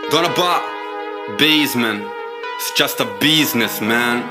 Gonna buy basement. It's just a business, man.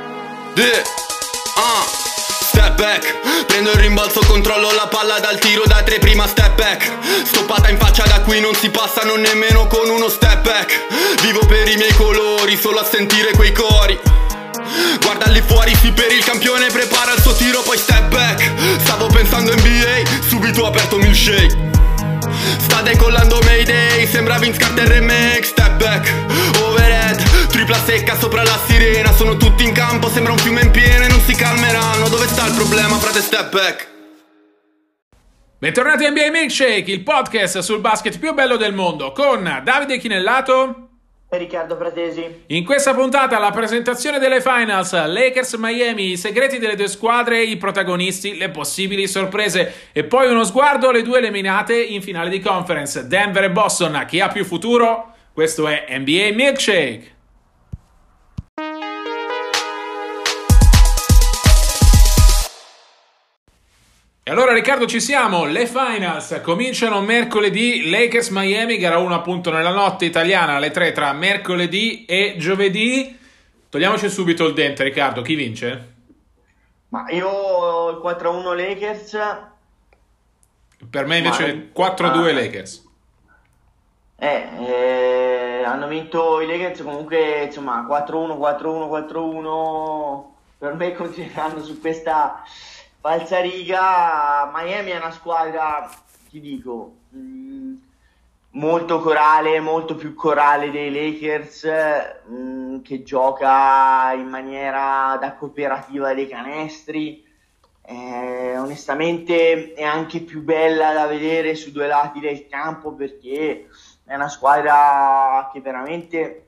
Step back, prendo il rimbalzo, controllo la palla dal tiro da tre, prima step back. Stoppata in faccia, da qui non si passa non nemmeno con uno step back. Vivo per i miei colori, solo a sentire quei cori. Guarda lì fuori, sì, per il campione, prepara il suo tiro, poi step back. Stavo pensando NBA, subito ho aperto milkshake. Sta decollando Mayday, sembra Vince Carter remake. Step back, overhead, tripla secca sopra la sirena. Sono tutti in campo, sembra un fiume in piena e non si calmeranno. Dove sta il problema, frate? Step back. Bentornati a NBA Milkshake, il podcast sul basket più bello del mondo, con Davide Chinellato e Riccardo Fratesi. In questa puntata la presentazione delle finals, Lakers Miami, i segreti delle due squadre, i protagonisti, le possibili sorprese e poi uno sguardo alle due eliminate in finale di conference, Denver e Boston. Chi ha più futuro? Questo è NBA Milkshake. E allora Riccardo, ci siamo, le finals cominciano mercoledì, Lakers Miami, gara 1 appunto nella notte italiana alle 3 tra mercoledì e giovedì. Togliamoci subito il dente, Riccardo, chi vince? Ma io il 4-1 Lakers. Per me invece 4-2 Lakers. Hanno vinto i Lakers comunque, insomma, 4-1, 4-1, 4-1. Per me continueranno su questa falsariga. Miami è una squadra, ti dico, molto corale, molto più corale dei Lakers, che gioca in maniera da cooperativa dei canestri. Onestamente è anche più bella da vedere su due lati del campo, perché è una squadra che veramente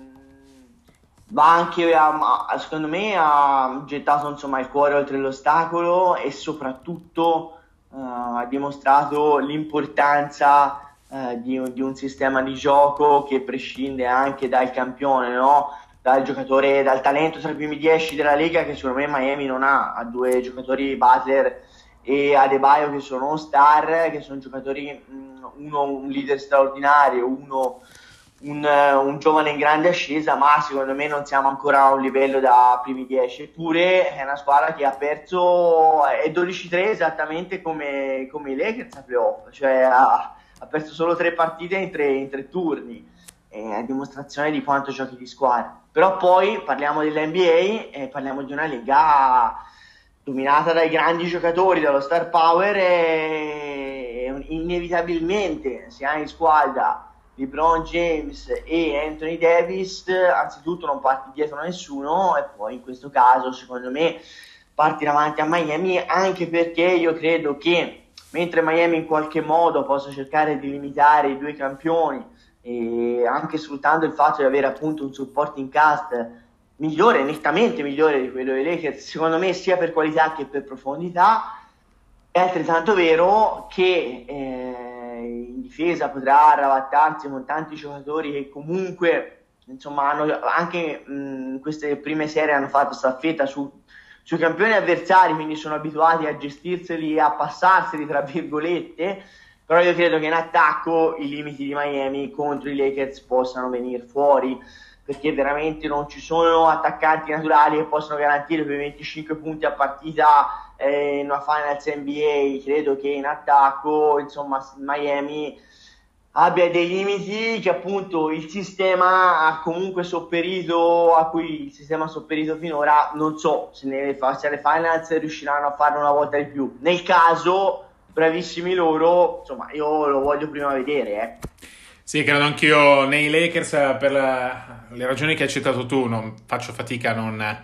va anche secondo me ha gettato insomma il cuore oltre l'ostacolo e soprattutto ha dimostrato l'importanza di un sistema di gioco che prescinde anche dal campione, no? Dal giocatore, dal talento tra i primi 10 della Lega, che secondo me Miami non ha due giocatori, Butler e Adebayo, che sono star, che sono giocatori, uno un leader straordinario, uno un giovane in grande ascesa, ma secondo me non siamo ancora a un livello da primi 10. Eppure è una squadra che ha perso, è 12-3 esattamente come i Lakers a playoff, cioè ha perso solo 3 partite in tre turni, è dimostrazione di quanto giochi di squadra. Però poi parliamo dell'NBA e parliamo di una lega dominata dai grandi giocatori, dallo star power, e inevitabilmente se hai in squadra LeBron James e Anthony Davis, anzitutto non parti dietro a nessuno, e poi in questo caso secondo me parti davanti a Miami, anche perché io credo che mentre Miami in qualche modo possa cercare di limitare i due campioni, e anche sfruttando il fatto di avere appunto un supporting cast migliore, nettamente migliore di quello dei Lakers, secondo me sia per qualità che per profondità, è altrettanto vero che in difesa potrà arrabattarsi con tanti giocatori che comunque insomma hanno anche in queste prime serie hanno fatto staffetta sui campioni avversari, quindi sono abituati a gestirseli e a passarseli tra virgolette. Però io credo che in attacco i limiti di Miami contro i Lakers possano venire fuori, perché veramente non ci sono attaccanti naturali che possono garantire quei 25 punti a partita in una finals NBA. Credo che in attacco insomma Miami abbia dei limiti che appunto il sistema ha comunque sopperito, a cui il sistema ha sopperito finora. Non so se alle finals riusciranno a farlo una volta di più. Nel caso, bravissimi loro, insomma io lo voglio prima vedere. Sì, credo anch'io nei Lakers, per le ragioni che hai citato tu. Non faccio fatica a non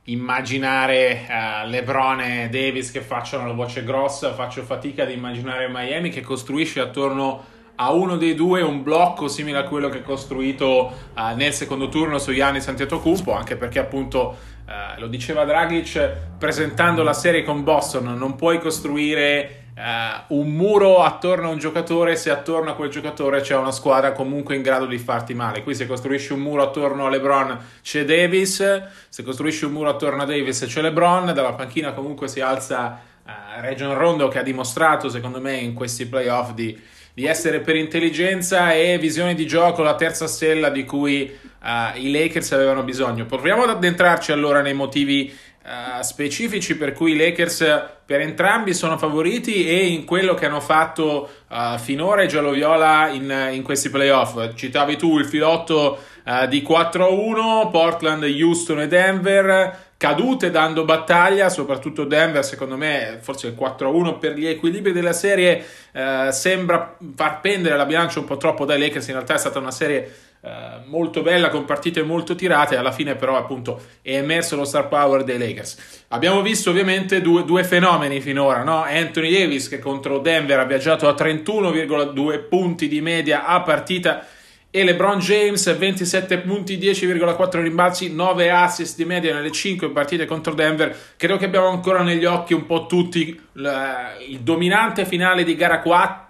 immaginare LeBron e Davis che facciano la voce grossa, faccio fatica ad immaginare Miami che costruisce attorno a uno dei due un blocco simile a quello che ha costruito nel secondo turno su Giannis Antetokounmpo, anche perché appunto lo diceva Dragic presentando la serie con Boston, non puoi costruire un muro attorno a un giocatore se attorno a quel giocatore c'è una squadra comunque in grado di farti male. Qui se costruisci un muro attorno a LeBron c'è Davis, se costruisci un muro attorno a Davis c'è LeBron, dalla panchina comunque si alza Rajon Rondo, che ha dimostrato secondo me in questi playoff di di essere per intelligenza e visione di gioco la terza stella di cui i Lakers avevano bisogno. Proviamo ad addentrarci allora nei motivi specifici per cui i Lakers per entrambi sono favoriti e in quello che hanno fatto finora i gialloviola in questi playoff. Citavi tu il filotto di 4-1, Portland, Houston e Denver, cadute dando battaglia, soprattutto Denver secondo me, forse il 4-1 per gli equilibri della serie sembra far pendere la bilancia un po' troppo dai Lakers. In realtà è stata una serie molto bella con partite molto tirate, alla fine però appunto è emerso lo star power dei Lakers. Abbiamo visto ovviamente due fenomeni finora, no? Anthony Davis che contro Denver ha viaggiato a 31,2 punti di media a partita e LeBron James 27 punti, 10,4 rimbalzi, 9 assist di media nelle 5 partite contro Denver. Credo che abbiamo ancora negli occhi un po' tutti il dominante finale di gara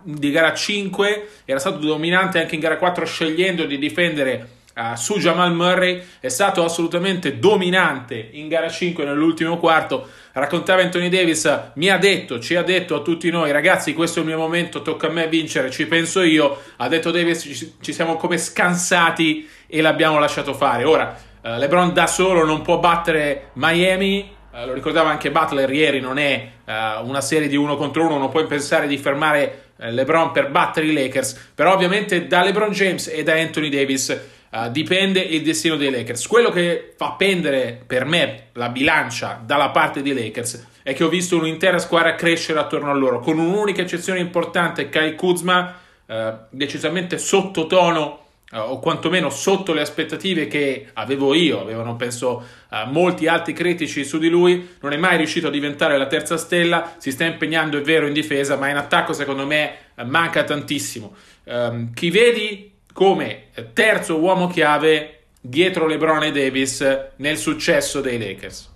5, era stato dominante anche in gara 4 scegliendo di difendere su Jamal Murray, è stato assolutamente dominante in gara 5 nell'ultimo quarto. Raccontava Anthony Davis, ci ha detto a tutti noi: ragazzi, questo è il mio momento, tocca a me vincere, ci penso io. Ha detto Davis, ci siamo come scansati e l'abbiamo lasciato fare. Ora LeBron da solo non può battere Miami, lo ricordava anche Butler ieri, non è una serie di 1 contro 1, non puoi pensare di fermare LeBron per battere i Lakers, però ovviamente da LeBron James e da Anthony Davis dipende il destino dei Lakers. Quello che fa pendere per me la bilancia dalla parte dei Lakers è che ho visto un'intera squadra crescere attorno a loro, con un'unica eccezione importante, Kyle Kuzma, decisamente sottotono o quantomeno sotto le aspettative che avevano penso molti altri critici su di lui. Non è mai riuscito a diventare la terza stella, si sta impegnando, è vero, in difesa, ma in attacco secondo me manca tantissimo. Chi vedi come terzo uomo chiave dietro LeBron e Davis nel successo dei Lakers?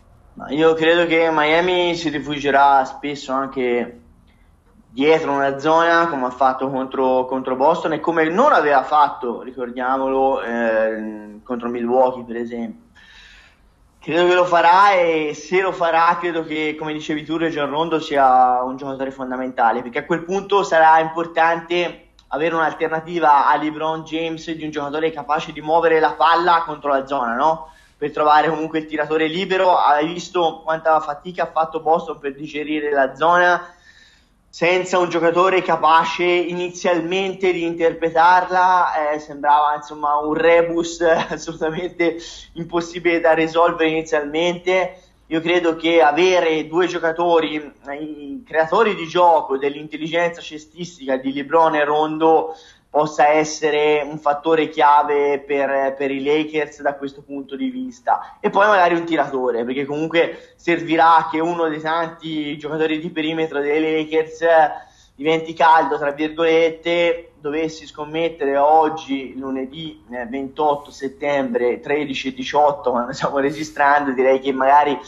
Io credo che Miami si rifugierà spesso anche dietro una zona, come ha fatto contro Boston e come non aveva fatto, ricordiamolo, contro Milwaukee per esempio. Credo che lo farà, e se lo farà credo che, come dicevi tu, Rajon Rondo sia un giocatore fondamentale, perché a quel punto sarà importante avere un'alternativa a LeBron James, di un giocatore capace di muovere la palla contro la zona, no? Per trovare comunque il tiratore libero. Hai visto quanta fatica ha fatto Boston per digerire la zona senza un giocatore capace inizialmente di interpretarla. Sembrava insomma un rebus assolutamente impossibile da risolvere inizialmente. Io credo che avere due giocatori, i creatori di gioco dell'intelligenza cestistica di LeBron e Rondo, possa essere un fattore chiave per i Lakers da questo punto di vista. E poi magari un tiratore, perché comunque servirà che uno dei tanti giocatori di perimetro dei Lakers diventi caldo, tra virgolette. Dovessi scommettere oggi, lunedì 28 settembre 13:18, quando stiamo registrando, direi che magari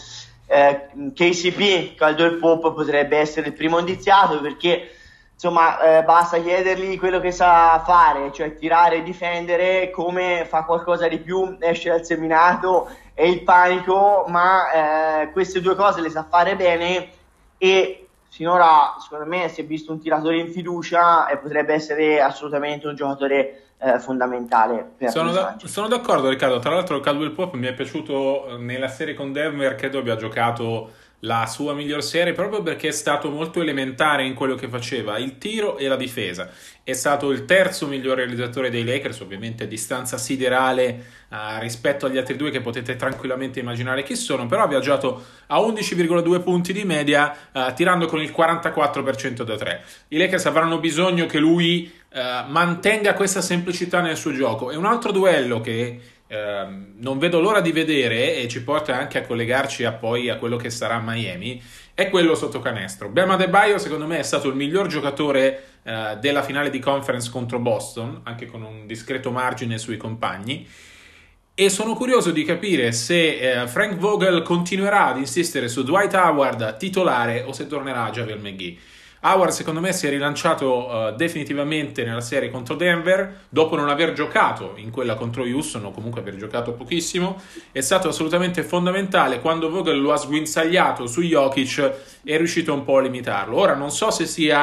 KCP, Caldwell Pope, potrebbe essere il primo indiziato, perché insomma basta chiedergli quello che sa fare, cioè tirare e difendere. Come fa qualcosa di più, esce dal seminato e il panico, ma queste due cose le sa fare bene, e finora secondo me si è visto un tiratore in fiducia e potrebbe essere assolutamente un giocatore fondamentale per sono d'accordo, Riccardo. Tra l'altro Caldwell Pope mi è piaciuto nella serie con Denver, credo abbia giocato la sua miglior serie proprio perché è stato molto elementare in quello che faceva, il tiro e la difesa. È stato il terzo miglior realizzatore dei Lakers, ovviamente a distanza siderale rispetto agli altri due che potete tranquillamente immaginare chi sono, però ha viaggiato a 11,2 punti di media tirando con il 44% da 3. I Lakers avranno bisogno che lui mantenga questa semplicità nel suo gioco. E un altro duello che non vedo l'ora di vedere, e ci porta anche a collegarci poi a quello che sarà Miami, è quello sotto canestro. Bam Adebayo secondo me è stato il miglior giocatore della finale di conference contro Boston, anche con un discreto margine sui compagni, e sono curioso di capire se Frank Vogel continuerà ad insistere su Dwight Howard titolare o se tornerà a JaVale McGee. Howard secondo me si è rilanciato definitivamente nella serie contro Denver, dopo non aver giocato in quella contro Houston, o comunque aver giocato pochissimo. È stato assolutamente fondamentale. Quando Vogel lo ha sguinzagliato su Jokic è riuscito un po' a limitarlo. Ora non so se sia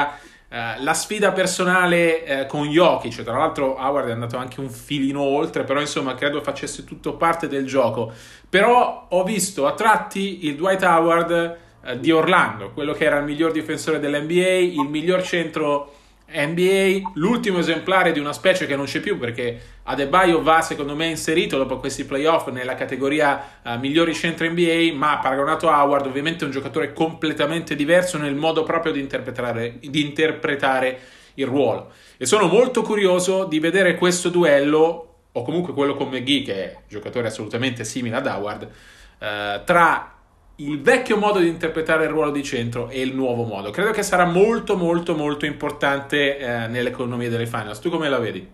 la sfida personale con Jokic, tra l'altro Howard è andato anche un filino oltre, però insomma credo facesse tutto parte del gioco. Però ho visto a tratti il Dwight Howard di Orlando, quello che era il miglior difensore dell'NBA, il miglior centro NBA, l'ultimo esemplare di una specie che non c'è più, perché Adebayo va secondo me inserito dopo questi playoff nella categoria migliori centri NBA, ma paragonato a Howard ovviamente è un giocatore completamente diverso nel modo proprio di interpretare il ruolo, e sono molto curioso di vedere questo duello, o comunque quello con McGee, che è un giocatore assolutamente simile ad Howard, tra il vecchio modo di interpretare il ruolo di centro e il nuovo modo. Credo che sarà molto molto molto importante nell'economia delle finals. Tu come la vedi?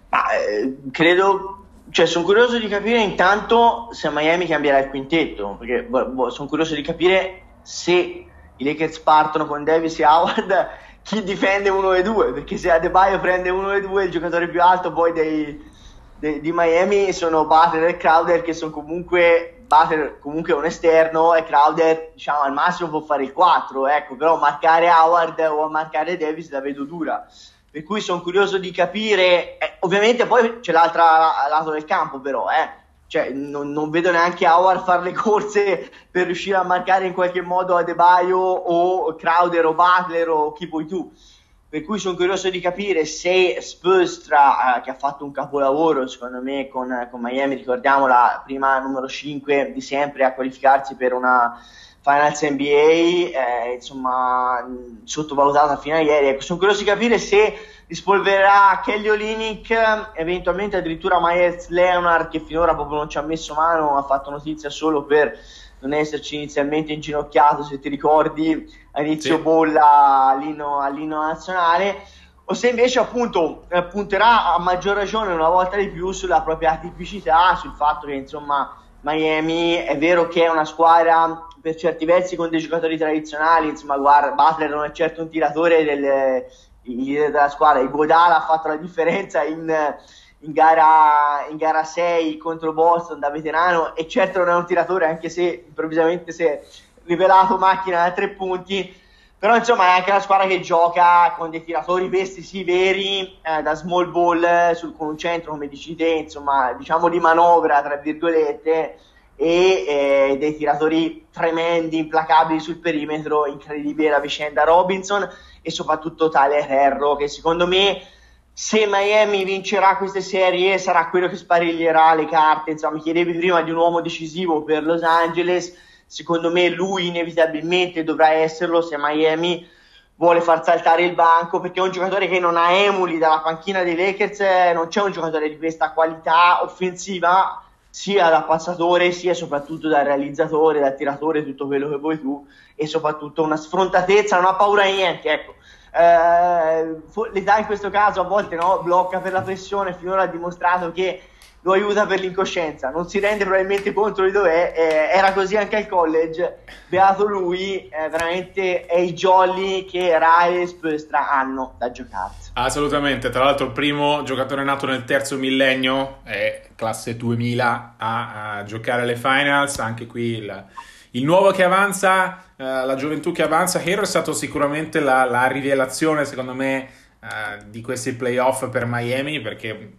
Credo, cioè sono curioso di capire intanto se Miami cambierà il quintetto, perché sono curioso di capire se i Lakers partono con Davis e Howard, chi difende uno e due, perché se Adebayo prende uno e due, il giocatore più alto poi di Miami sono Butler e Crowder, che sono comunque Butler comunque è un esterno e Crowder diciamo al massimo può fare il 4, ecco, però marcare Howard o marcare Davis la vedo dura, per cui sono curioso di capire, ovviamente poi c'è l'altro lato del campo però, cioè non vedo neanche Howard fare le corse per riuscire a marcare in qualche modo Adebayo o Crowder o Butler o chi poi tu. Per cui sono curioso di capire se Spoelstra, che ha fatto un capolavoro secondo me con Miami, ricordiamo la prima numero 5 di sempre a qualificarsi per una Finals NBA, insomma sottovalutata fino a ieri. Ecco, sono curioso di capire se rispolvererà Kelly Olynyk, eventualmente addirittura Myers Leonard, che finora proprio non ci ha messo mano, ha fatto notizia solo per non esserci inizialmente inginocchiato, se ti ricordi, a inizio bolla all'inno nazionale, o se invece appunto punterà a maggior ragione una volta di più sulla propria tipicità, sul fatto che insomma Miami è vero che è una squadra per certi versi con dei giocatori tradizionali, insomma guarda, Butler non è certo un tiratore il leader della squadra, Iguodala ha fatto la differenza in gara 6 contro Boston da veterano, e certo non è un tiratore, anche se improvvisamente si è rivelato macchina da 3 punti, però insomma è anche una squadra che gioca con dei tiratori vesti veri, da small ball con un centro come dici te, insomma diciamo di manovra tra virgolette, e dei tiratori tremendi, implacabili sul perimetro, incredibile la vicenda Robinson e soprattutto Tyler Herro, che secondo me se Miami vincerà queste serie sarà quello che spariglierà le carte. Insomma, mi chiedevi prima di un uomo decisivo per Los Angeles, secondo me lui inevitabilmente dovrà esserlo se Miami vuole far saltare il banco, perché è un giocatore che non ha emuli dalla panchina dei Lakers, non c'è un giocatore di questa qualità offensiva sia da passatore sia soprattutto da realizzatore, da tiratore, tutto quello che vuoi tu, e soprattutto una sfrontatezza, non ha paura di niente, ecco. L'età in questo caso a volte blocca per la pressione, finora ha dimostrato che lo aiuta per l'incoscienza, non si rende probabilmente conto di dov'è, era così anche al college, beato lui, veramente è il jolly che Rai e Spoelstra hanno da giocarsi. Assolutamente, tra l'altro il primo giocatore nato nel terzo millennio, è classe 2000 a giocare alle finals, anche qui il nuovo che avanza, la gioventù che avanza. Herro è stato sicuramente la rivelazione secondo me di questi playoff per Miami, perché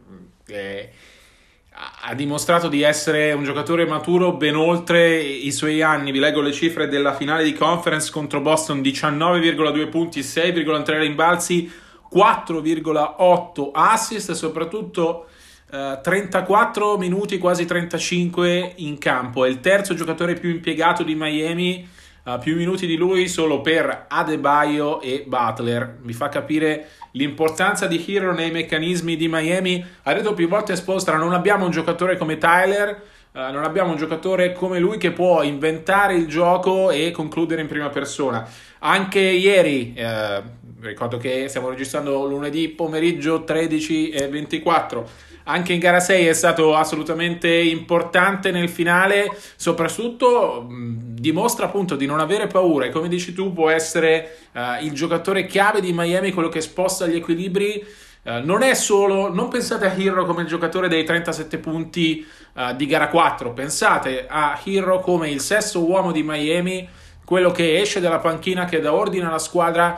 ha dimostrato di essere un giocatore maturo ben oltre i suoi anni. Vi leggo le cifre della finale di conference contro Boston: 19,2 punti, 6,3 rimbalzi, 4,8 assist e soprattutto 34 minuti, quasi 35 in campo. È il terzo giocatore più impiegato di Miami, più minuti di lui solo per Adebayo e Butler. Mi fa capire l'importanza di Herro nei meccanismi di Miami. Ha detto più volte Spoelstra: non abbiamo un giocatore come Tyler, non abbiamo un giocatore come lui che può inventare il gioco e concludere in prima persona. Anche ieri, ricordo che stiamo registrando lunedì pomeriggio 13:24, anche in gara 6 è stato assolutamente importante nel finale, soprattutto dimostra appunto di non avere paura e, come dici tu, può essere il giocatore chiave di Miami, quello che sposta gli equilibri. Non è solo, non pensate a Herro come il giocatore dei 37 punti di gara 4, pensate a Herro come il sesto uomo di Miami, quello che esce dalla panchina, che dà ordine alla squadra,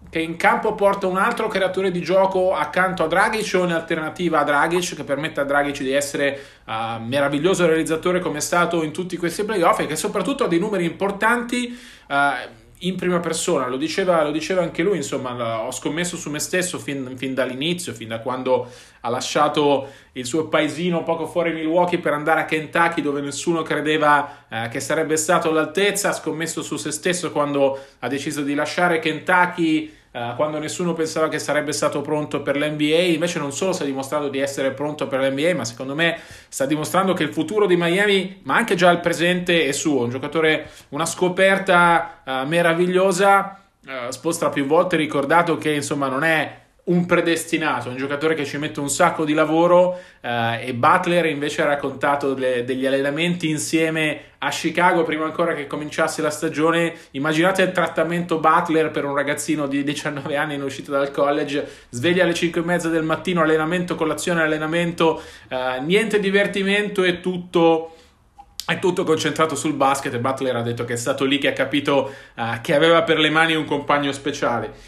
che in campo porta un altro creatore di gioco accanto a Dragic o un'alternativa a Dragic che permetta a Dragic di essere meraviglioso realizzatore come è stato in tutti questi playoff e che soprattutto ha dei numeri importanti in prima persona. Lo diceva anche lui, insomma, ho scommesso su me stesso fin dall'inizio, fin da quando ha lasciato il suo paesino poco fuori Milwaukee per andare a Kentucky, dove nessuno credeva che sarebbe stato all'altezza. Ha scommesso su se stesso quando ha deciso di lasciare Kentucky, quando nessuno pensava che sarebbe stato pronto per l'NBA. Invece non solo sta dimostrando di essere pronto per l'NBA, ma secondo me sta dimostrando che il futuro di Miami, ma anche già il presente, è suo. Un giocatore, una scoperta meravigliosa. Spoelstra più volte ricordato che insomma non è un predestinato, è un giocatore che ci mette un sacco di lavoro, e Butler invece ha raccontato degli allenamenti insieme a Chicago prima ancora che cominciasse la stagione. Immaginate il trattamento Butler per un ragazzino di 19 anni in uscita dal college, sveglia alle 5:30 del mattino, allenamento, colazione, allenamento, niente divertimento, è tutto concentrato sul basket. E Butler ha detto che è stato lì che ha capito che aveva per le mani un compagno speciale.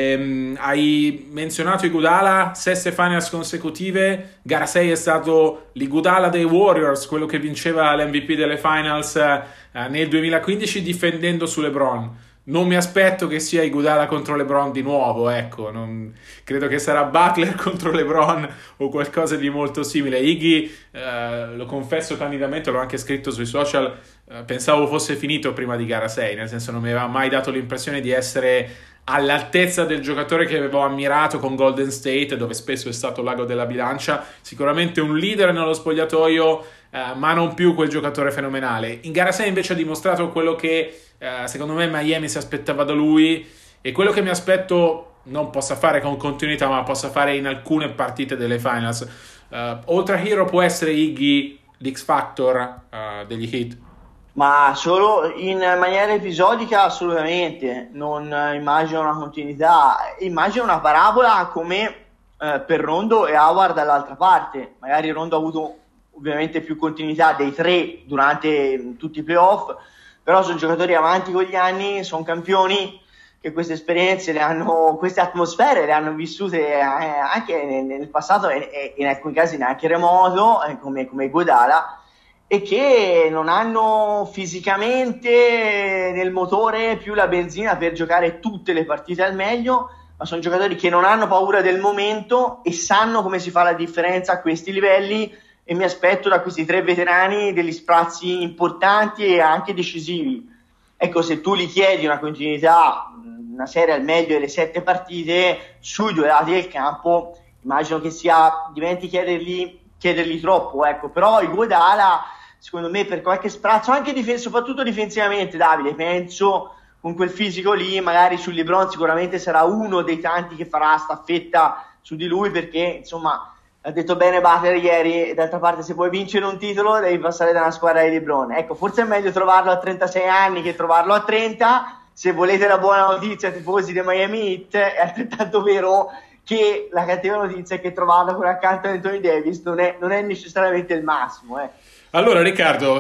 Hai menzionato Iguodala, 6 finals consecutive. Gara 6 è stato l'Iguodala dei Warriors, quello che vinceva l'MVP delle finals nel 2015 difendendo su LeBron. Non mi aspetto che sia Iguodala contro LeBron di nuovo, ecco, credo che sarà Butler contro LeBron o qualcosa di molto simile. Iggy, lo confesso candidamente, l'ho anche scritto sui social, pensavo fosse finito prima di gara 6, nel senso non mi aveva mai dato l'impressione di essere all'altezza del giocatore che avevo ammirato con Golden State, dove spesso è stato l'ago della bilancia. Sicuramente un leader nello spogliatoio, ma non più quel giocatore fenomenale. In gara 6 invece ha dimostrato quello che secondo me Miami si aspettava da lui, e quello che mi aspetto non possa fare con continuità, ma possa fare in alcune partite delle finals. Oltre a Hero può essere Iggy l'X Factor degli Heat? Ma solo in maniera episodica assolutamente, non immagino una continuità, immagino una parabola come per Rondo e Howard dall'altra parte. Magari Rondo ha avuto ovviamente più continuità dei tre durante tutti i playoff, però sono giocatori avanti con gli anni, sono campioni che queste esperienze queste atmosfere le hanno vissute anche nel passato e in alcuni casi neanche remoto, come Iguodala, e che non hanno fisicamente nel motore più la benzina per giocare tutte le partite al meglio, ma sono giocatori che non hanno paura del momento e sanno come si fa la differenza a questi livelli, e mi aspetto da questi tre veterani degli sprazzi importanti e anche decisivi. Ecco, se tu gli chiedi una continuità, una serie al meglio delle 7 partite sui 2 lati del campo, immagino che diventi chiedergli troppo, ecco. Però Iguodala, secondo me, per qualche sprazzo, anche soprattutto difensivamente, Davide, penso con quel fisico lì, magari su LeBron sicuramente sarà uno dei tanti che farà staffetta su di lui, perché insomma ha detto bene Butler ieri, e d'altra parte se vuoi vincere un titolo devi passare da una squadra di LeBron. Ecco, forse è meglio trovarlo a 36 anni che trovarlo a 30. Se volete la buona notizia, tifosi dei Miami Heat, è altrettanto vero che la cattiva notizia è che trovarlo con accanto a Anthony Davis non è necessariamente il massimo. Allora Riccardo,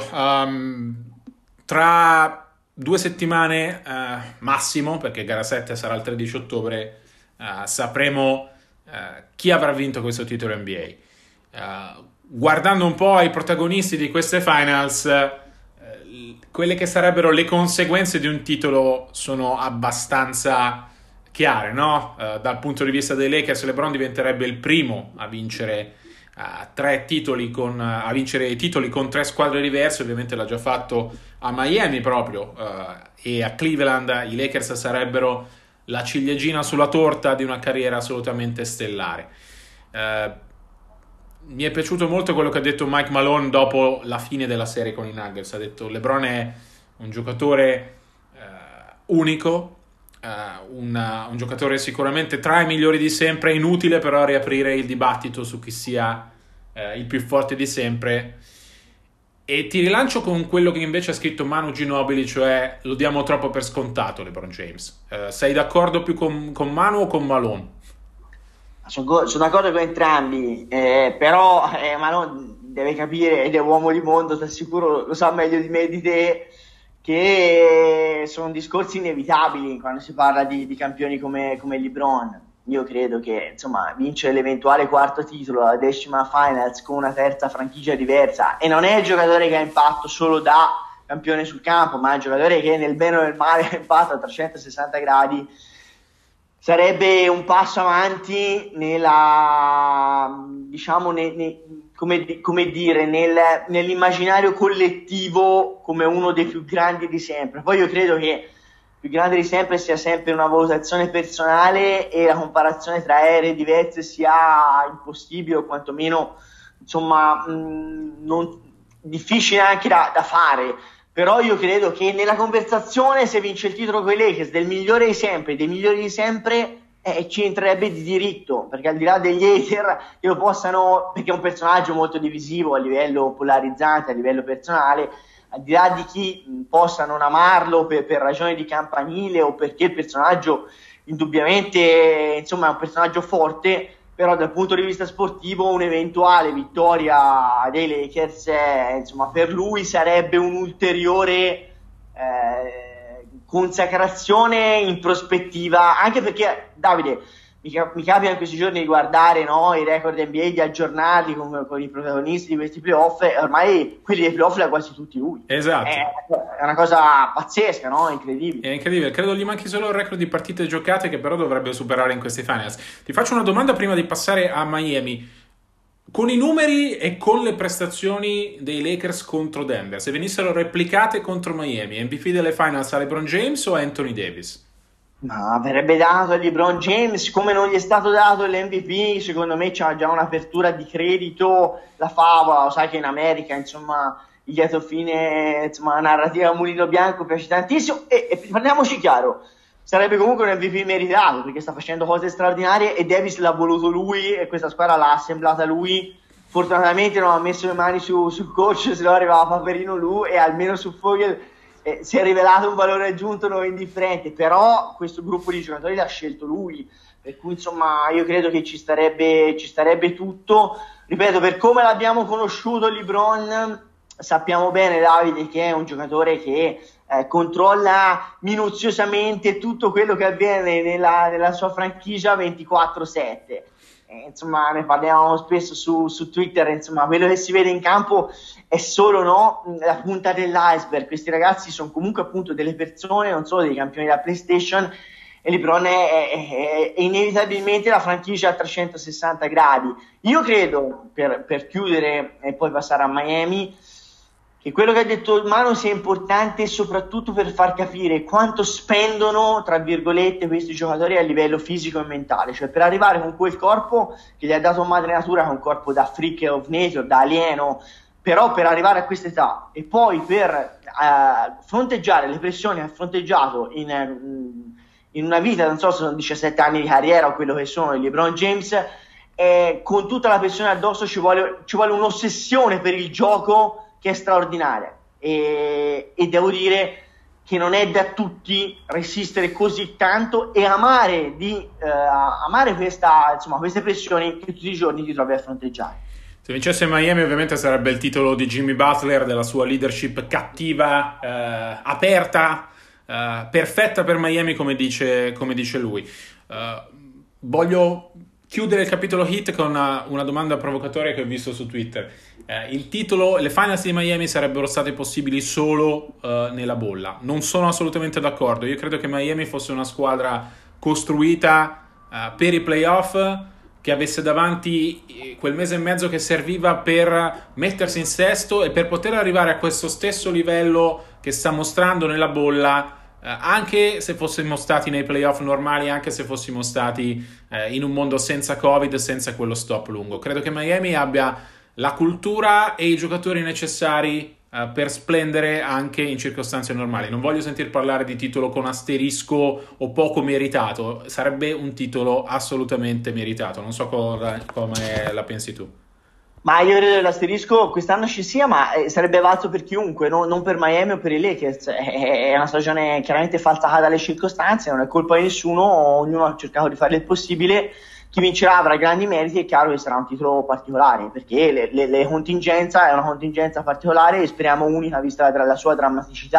tra 2 settimane massimo, perché gara 7 sarà il 13 ottobre, sapremo chi avrà vinto questo titolo NBA. Guardando un po' ai protagonisti di queste finals, quelle che sarebbero le conseguenze di un titolo sono abbastanza chiare, no? Dal punto di vista dei Lakers, LeBron diventerebbe il primo a vincere a vincere i titoli con 3 squadre diverse. Ovviamente l'ha già fatto a Miami proprio, e a Cleveland. I Lakers sarebbero la ciliegina sulla torta di una carriera assolutamente stellare. Mi è piaciuto molto quello che ha detto Mike Malone dopo la fine della serie con i Nuggets. Ha detto: LeBron è un giocatore unico, un giocatore sicuramente tra i migliori di sempre. È inutile però riaprire il dibattito su chi sia il più forte di sempre. E ti rilancio con quello che invece ha scritto Manu Ginobili, cioè lo diamo troppo per scontato LeBron James. Sei d'accordo più con Manu o con Malone? Sono d'accordo con entrambi, però Malone deve capire, ed è uomo di mondo, ti assicuro, lo sa meglio di me e di te, che sono discorsi inevitabili quando si parla di campioni come LeBron. Io credo che, insomma, vincere l'eventuale quarto titolo, la 10ª Finals con una terza franchigia diversa, e non è il giocatore che ha impatto solo da campione sul campo, ma è il giocatore che nel bene o nel male ha impatto a 360 gradi, sarebbe un passo avanti nella, diciamo, come dire, nell'immaginario collettivo come uno dei più grandi di sempre. Poi io credo che più grande di sempre sia sempre una valutazione personale, e la comparazione tra ere diverse sia impossibile, o quantomeno, insomma, difficile anche da fare. Però io credo che nella conversazione, se vince il titolo con i Lakers, del migliore di sempre, dei migliori di sempre, ci entrerebbe di diritto, perché al di là degli hater che lo possano, perché è un personaggio molto divisivo a livello polarizzante, a livello personale, al di là di chi possa non amarlo per ragioni di campanile, o perché il personaggio indubbiamente, insomma, è un personaggio forte, però dal punto di vista sportivo un'eventuale vittoria dei Lakers, insomma, per lui sarebbe un'ulteriore consacrazione in prospettiva, anche perché, Davide, mi capita in questi giorni di guardare, no, i record NBA, di aggiornarli con i protagonisti di questi playoff, e ormai quelli dei playoff li ha quasi tutti lui. Esatto. È una cosa pazzesca, no? Incredibile. È incredibile, credo gli manchi solo il record di partite giocate, che però dovrebbe superare in questi finals. Ti faccio una domanda prima di passare a Miami. Con i numeri e con le prestazioni dei Lakers contro Denver, se venissero replicate contro Miami, MVP delle finals a LeBron James o a Anthony Davis? Ma verrebbe dato a LeBron James, come non gli è stato dato l'MVP. Secondo me c'ha già un'apertura di credito, la favola, lo sai che in America, insomma, il lieto fine, insomma, la narrativa Mulino Bianco piace tantissimo, e parliamoci chiaro, sarebbe comunque un MVP meritato, perché sta facendo cose straordinarie e Davis l'ha voluto lui e questa squadra l'ha assemblata lui. Fortunatamente non ha messo le mani sul coach, se no arrivava Paperino lui, e almeno su Vogel si è rivelato un valore aggiunto non indifferente, però questo gruppo di giocatori l'ha scelto lui, per cui, insomma, io credo che ci starebbe tutto. Ripeto, per come l'abbiamo conosciuto LeBron, sappiamo bene, Davide, che è un giocatore che controlla minuziosamente tutto quello che avviene nella sua franchigia 24/7. Insomma, ne parliamo spesso su Twitter, insomma, quello che si vede in campo è solo, no, la punta dell'iceberg. Questi ragazzi sono comunque appunto delle persone, non solo dei campioni da PlayStation, e LeBron è inevitabilmente la franchigia a 360 gradi. Io credo, per chiudere e poi passare a Miami, che quello che ha detto Manu sia importante soprattutto per far capire quanto spendono, tra virgolette, questi giocatori a livello fisico e mentale, cioè per arrivare con quel corpo che gli ha dato madre natura, che è un corpo da freak of nature, da alieno, però per arrivare a quest'età e poi per fronteggiare le pressioni che ha fronteggiato in una vita, non so se sono 17 anni di carriera o quello che sono i LeBron James, con tutta la pressione addosso ci vuole un'ossessione per il gioco che è straordinaria, e devo dire che non è da tutti resistere così tanto e amare queste pressioni che tutti i giorni ti trovi a fronteggiare. Se vincesse Miami, ovviamente sarebbe il titolo di Jimmy Butler, della sua leadership cattiva, aperta, perfetta per Miami, come dice lui. Voglio chiudere il capitolo Heat con una domanda provocatoria che ho visto su Twitter. Il titolo, le finals di Miami sarebbero state possibili solo nella bolla. Non sono assolutamente d'accordo. Io credo che Miami fosse una squadra costruita per i playoff, che avesse davanti quel mese e mezzo che serviva per mettersi in sesto e per poter arrivare a questo stesso livello che sta mostrando nella bolla, anche se fossimo stati nei playoff normali, anche se fossimo stati in un mondo senza Covid, senza quello stop lungo. Credo che Miami abbia la cultura e i giocatori necessari per splendere anche in circostanze normali. Non voglio sentir parlare di titolo con asterisco o poco meritato, sarebbe un titolo assolutamente meritato. Non so come la pensi tu. Ma io credo che l'asterisco quest'anno ci sia, ma sarebbe valso per chiunque, non per Miami o per i Lakers. È una stagione chiaramente falsata dalle circostanze, non è colpa di nessuno, ognuno ha cercato di fare il possibile. Chi vincerà avrà grandi meriti, è chiaro che sarà un titolo particolare, perché le contingenza è una contingenza particolare e speriamo unica vista la sua drammaticità,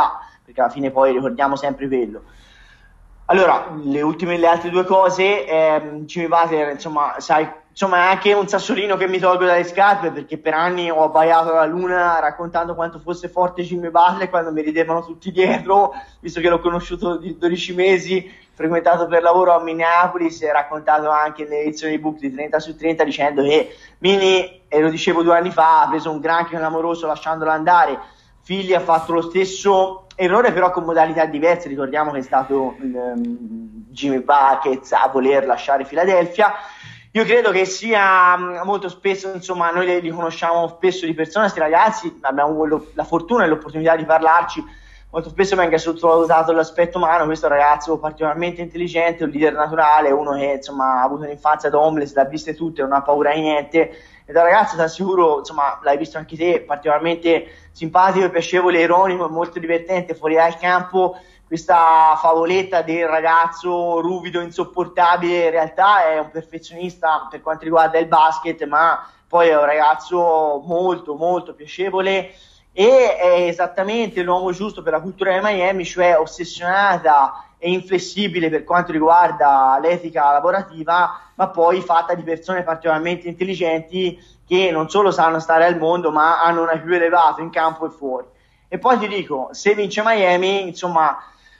perché alla fine poi ricordiamo sempre quello. Allora, le altre due cose, Jimmy Butler, insomma, sai, insomma, è anche un sassolino che mi tolgo dalle scarpe, perché per anni ho abbaiato alla luna raccontando quanto fosse forte Jimmy Butler quando mi ridevano tutti dietro, visto che l'ho conosciuto di 12 mesi, frequentato per lavoro a Minneapolis, e raccontato anche nelle edizioni di book di 30 su 30 dicendo che Mini, e lo dicevo 2 anni fa, ha preso un granchio clamoroso lasciandolo andare. Figli ha fatto lo stesso errore, però con modalità diverse. Ricordiamo che è stato Jimmy Buckets a voler lasciare Philadelphia. Io credo che sia molto spesso, insomma, noi li conosciamo spesso di persona, questi ragazzi, abbiamo la fortuna e l'opportunità di parlarci, molto spesso venga sottovalutato l'aspetto umano. Questo è un ragazzo particolarmente intelligente, un leader naturale, uno che insomma ha avuto un'infanzia da homeless, l'ha viste tutte, non ha paura di niente, e da ragazzo ti assicuro, insomma, l'hai visto anche te, particolarmente simpatico, piacevole, ironico, molto divertente fuori dal campo. Questa favoletta del ragazzo ruvido, insopportabile, in realtà è un perfezionista per quanto riguarda il basket, ma poi è un ragazzo molto molto piacevole, e è esattamente l'uomo giusto per la cultura di Miami, cioè ossessionata e inflessibile per quanto riguarda l'etica lavorativa, ma poi fatta di persone particolarmente intelligenti che non solo sanno stare al mondo, ma hanno un IQ elevato in campo e fuori. E poi ti dico, se vince Miami, insomma,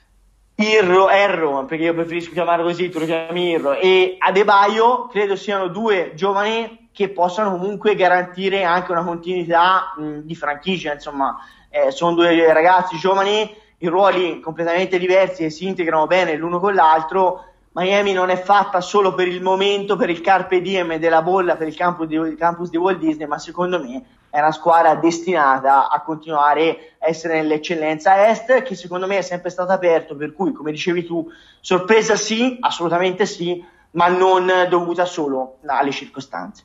Herro, perché io preferisco chiamarlo così, tu lo chiami Herro, e Adebayo credo siano due giovani che possano comunque garantire anche una continuità di franchigia. Insomma, sono due ragazzi giovani in ruoli completamente diversi e si integrano bene l'uno con l'altro. Miami non è fatta solo per il momento, per il carpe diem della bolla, per il campus di Walt Disney, ma secondo me è una squadra destinata a continuare a essere nell'eccellenza est, che secondo me è sempre stato aperto, per cui, come dicevi tu, sorpresa sì, assolutamente sì, ma non dovuta solo alle circostanze.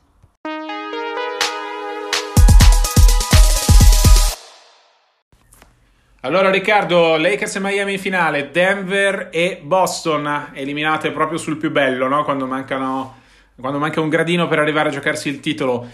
Allora Riccardo, Lakers e Miami in finale, Denver e Boston eliminate proprio sul più bello, no? Quando manca un gradino per arrivare a giocarsi il titolo.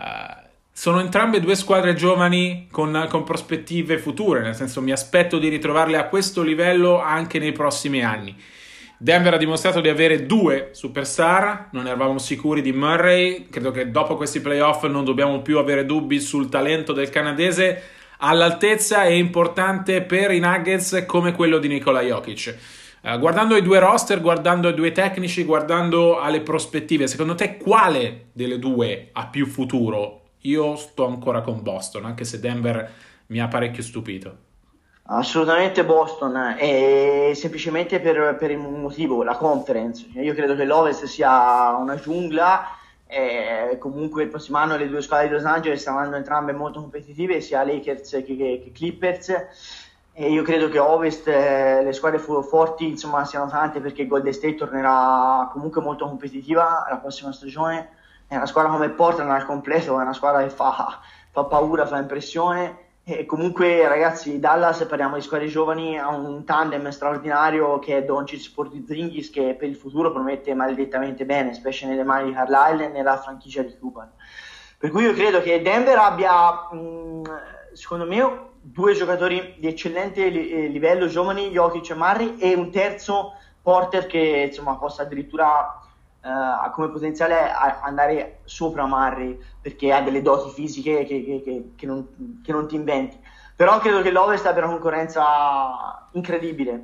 Sono entrambe due squadre giovani con prospettive future, nel senso mi aspetto di ritrovarle a questo livello anche nei prossimi anni. Denver ha dimostrato di avere 2 superstar, non eravamo sicuri di Murray, credo che dopo questi playoff non dobbiamo più avere dubbi sul talento del canadese, all'altezza e importante per i Nuggets come quello di Nikola Jokic. Guardando i due roster, guardando i due tecnici, guardando alle prospettive, secondo te quale delle due ha più futuro? Io sto ancora con Boston, anche se Denver mi ha parecchio stupito. Assolutamente Boston, e semplicemente per il motivo, la conference. Io credo che l'Ovest sia una giungla. Comunque il prossimo anno le due squadre di Los Angeles saranno entrambe molto competitive, sia Lakers che Clippers, e io credo che a Ovest le squadre forti insomma siano tante, perché Golden State tornerà comunque molto competitiva la prossima stagione. È una squadra come Portland al completo, è una squadra che fa paura, fa impressione. E comunque ragazzi, Dallas, parliamo di squadre giovani, ha un tandem straordinario che è Doncic-Porzingis, che per il futuro promette maledettamente bene, specie nelle mani di Carlisle e nella franchigia di Cuban. Per cui io credo che Denver abbia, secondo me, 2 giocatori di eccellente livello giovani, Jokic e Murray, e un terzo, Porter, che insomma possa addirittura ha come potenziale andare sopra Murray, perché ha delle doti fisiche che non ti inventi. Però credo che l'Ovest abbia una concorrenza incredibile,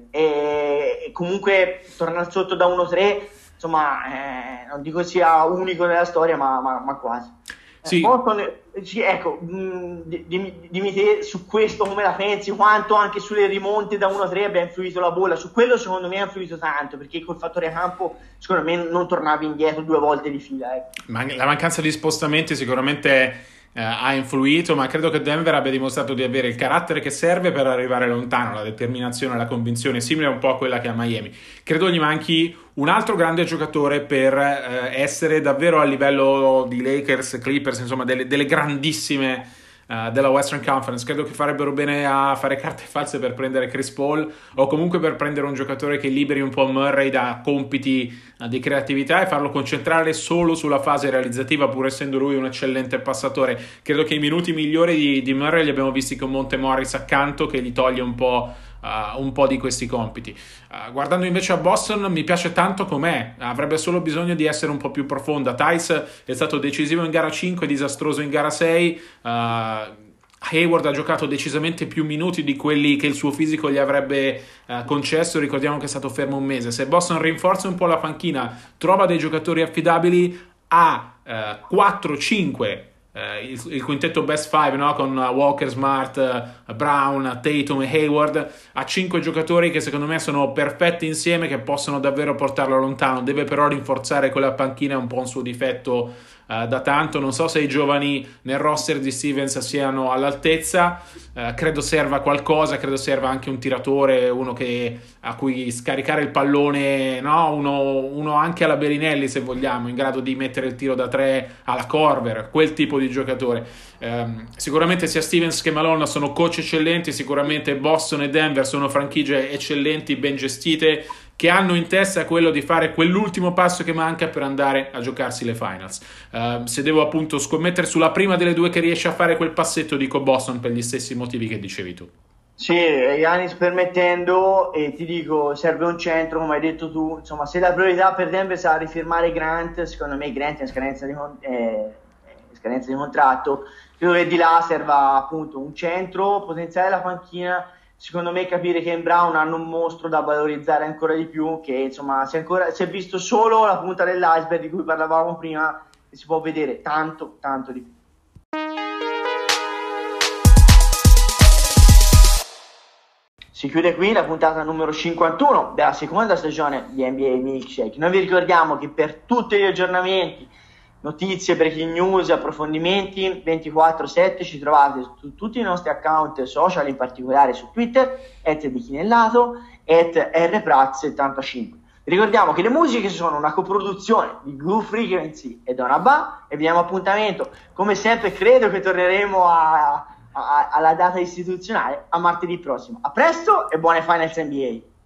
e comunque tornare sotto da 1-3, insomma, non dico sia unico nella storia, ma quasi. Sì. Ecco, dimmi te su questo come la pensi, quanto anche sulle rimonte da 1-3 abbia influito la bolla. Su quello secondo me ha influito tanto, perché col fattore campo secondo me non tornavi indietro 2 volte di fila. La mancanza di spostamenti sicuramente ha influito, ma credo che Denver abbia dimostrato di avere il carattere che serve per arrivare lontano, la determinazione, la convinzione, simile un po' a quella che ha Miami. Credo gli manchi un altro grande giocatore per essere davvero a livello di Lakers, Clippers, insomma delle grandissime della Western Conference. Credo che farebbero bene a fare carte false per prendere Chris Paul, o comunque per prendere un giocatore che liberi un po' Murray da compiti di creatività e farlo concentrare solo sulla fase realizzativa, pur essendo lui un eccellente passatore. Credo che i minuti migliori di Murray li abbiamo visti con Monte Morris accanto, che gli toglie un po' un po' di questi compiti. Guardando invece a Boston, mi piace tanto com'è, avrebbe solo bisogno di essere un po' più profonda. Tice è stato decisivo in gara 5, disastroso in gara 6. Hayward ha giocato decisamente più minuti di quelli che il suo fisico gli avrebbe concesso. Ricordiamo che è stato fermo un mese. Se Boston rinforza un po' la panchina, trova dei giocatori affidabili, ha 4-5 il quintetto best 5, no? Con Walker, Smart, Brown, Tatum e Hayward, ha 5 giocatori che secondo me sono perfetti insieme, che possono davvero portarlo lontano. Deve però rinforzare quella panchina, è un po' un suo difetto da tanto. Non so se i giovani nel roster di Stevens siano all'altezza. Credo serva qualcosa, credo serva anche un tiratore, uno a cui scaricare il pallone, no? Uno anche alla Bellinelli, se vogliamo, in grado di mettere il tiro da 3 alla Korver, quel tipo di giocatore. Sicuramente sia Stevens che Malone sono coach eccellenti, sicuramente Boston e Denver sono franchigie eccellenti, ben gestite, che hanno in testa quello di fare quell'ultimo passo che manca per andare a giocarsi le finals. Se devo appunto scommettere sulla prima delle due che riesce a fare quel passetto, dico Boston per gli stessi motivi che dicevi tu. Sì, Giannis permettendo, e ti dico, serve un centro, come hai detto tu. Insomma, se la priorità per Denver sarà rifirmare Grant, secondo me Grant è in scadenza di contratto, credo che di là serva appunto un centro, potenziare la panchina. Secondo me capire che in Brown hanno un mostro da valorizzare ancora di più, che insomma si è visto solo la punta dell'iceberg di cui parlavamo prima, e si può vedere tanto di più. Si chiude qui la puntata numero 51 della seconda stagione di NBA Milkshake. Noi vi ricordiamo che per tutti gli aggiornamenti, notizie, breaking news, approfondimenti 24/7 ci trovate su tutti i nostri account social, in particolare su Twitter @dichinellato, @rpraz75. Ricordiamo che le musiche sono una coproduzione di Glue Frequency e Donabà, e vi diamo appuntamento, come sempre credo che torneremo alla data istituzionale a martedì prossimo. A presto e buone finals NBA!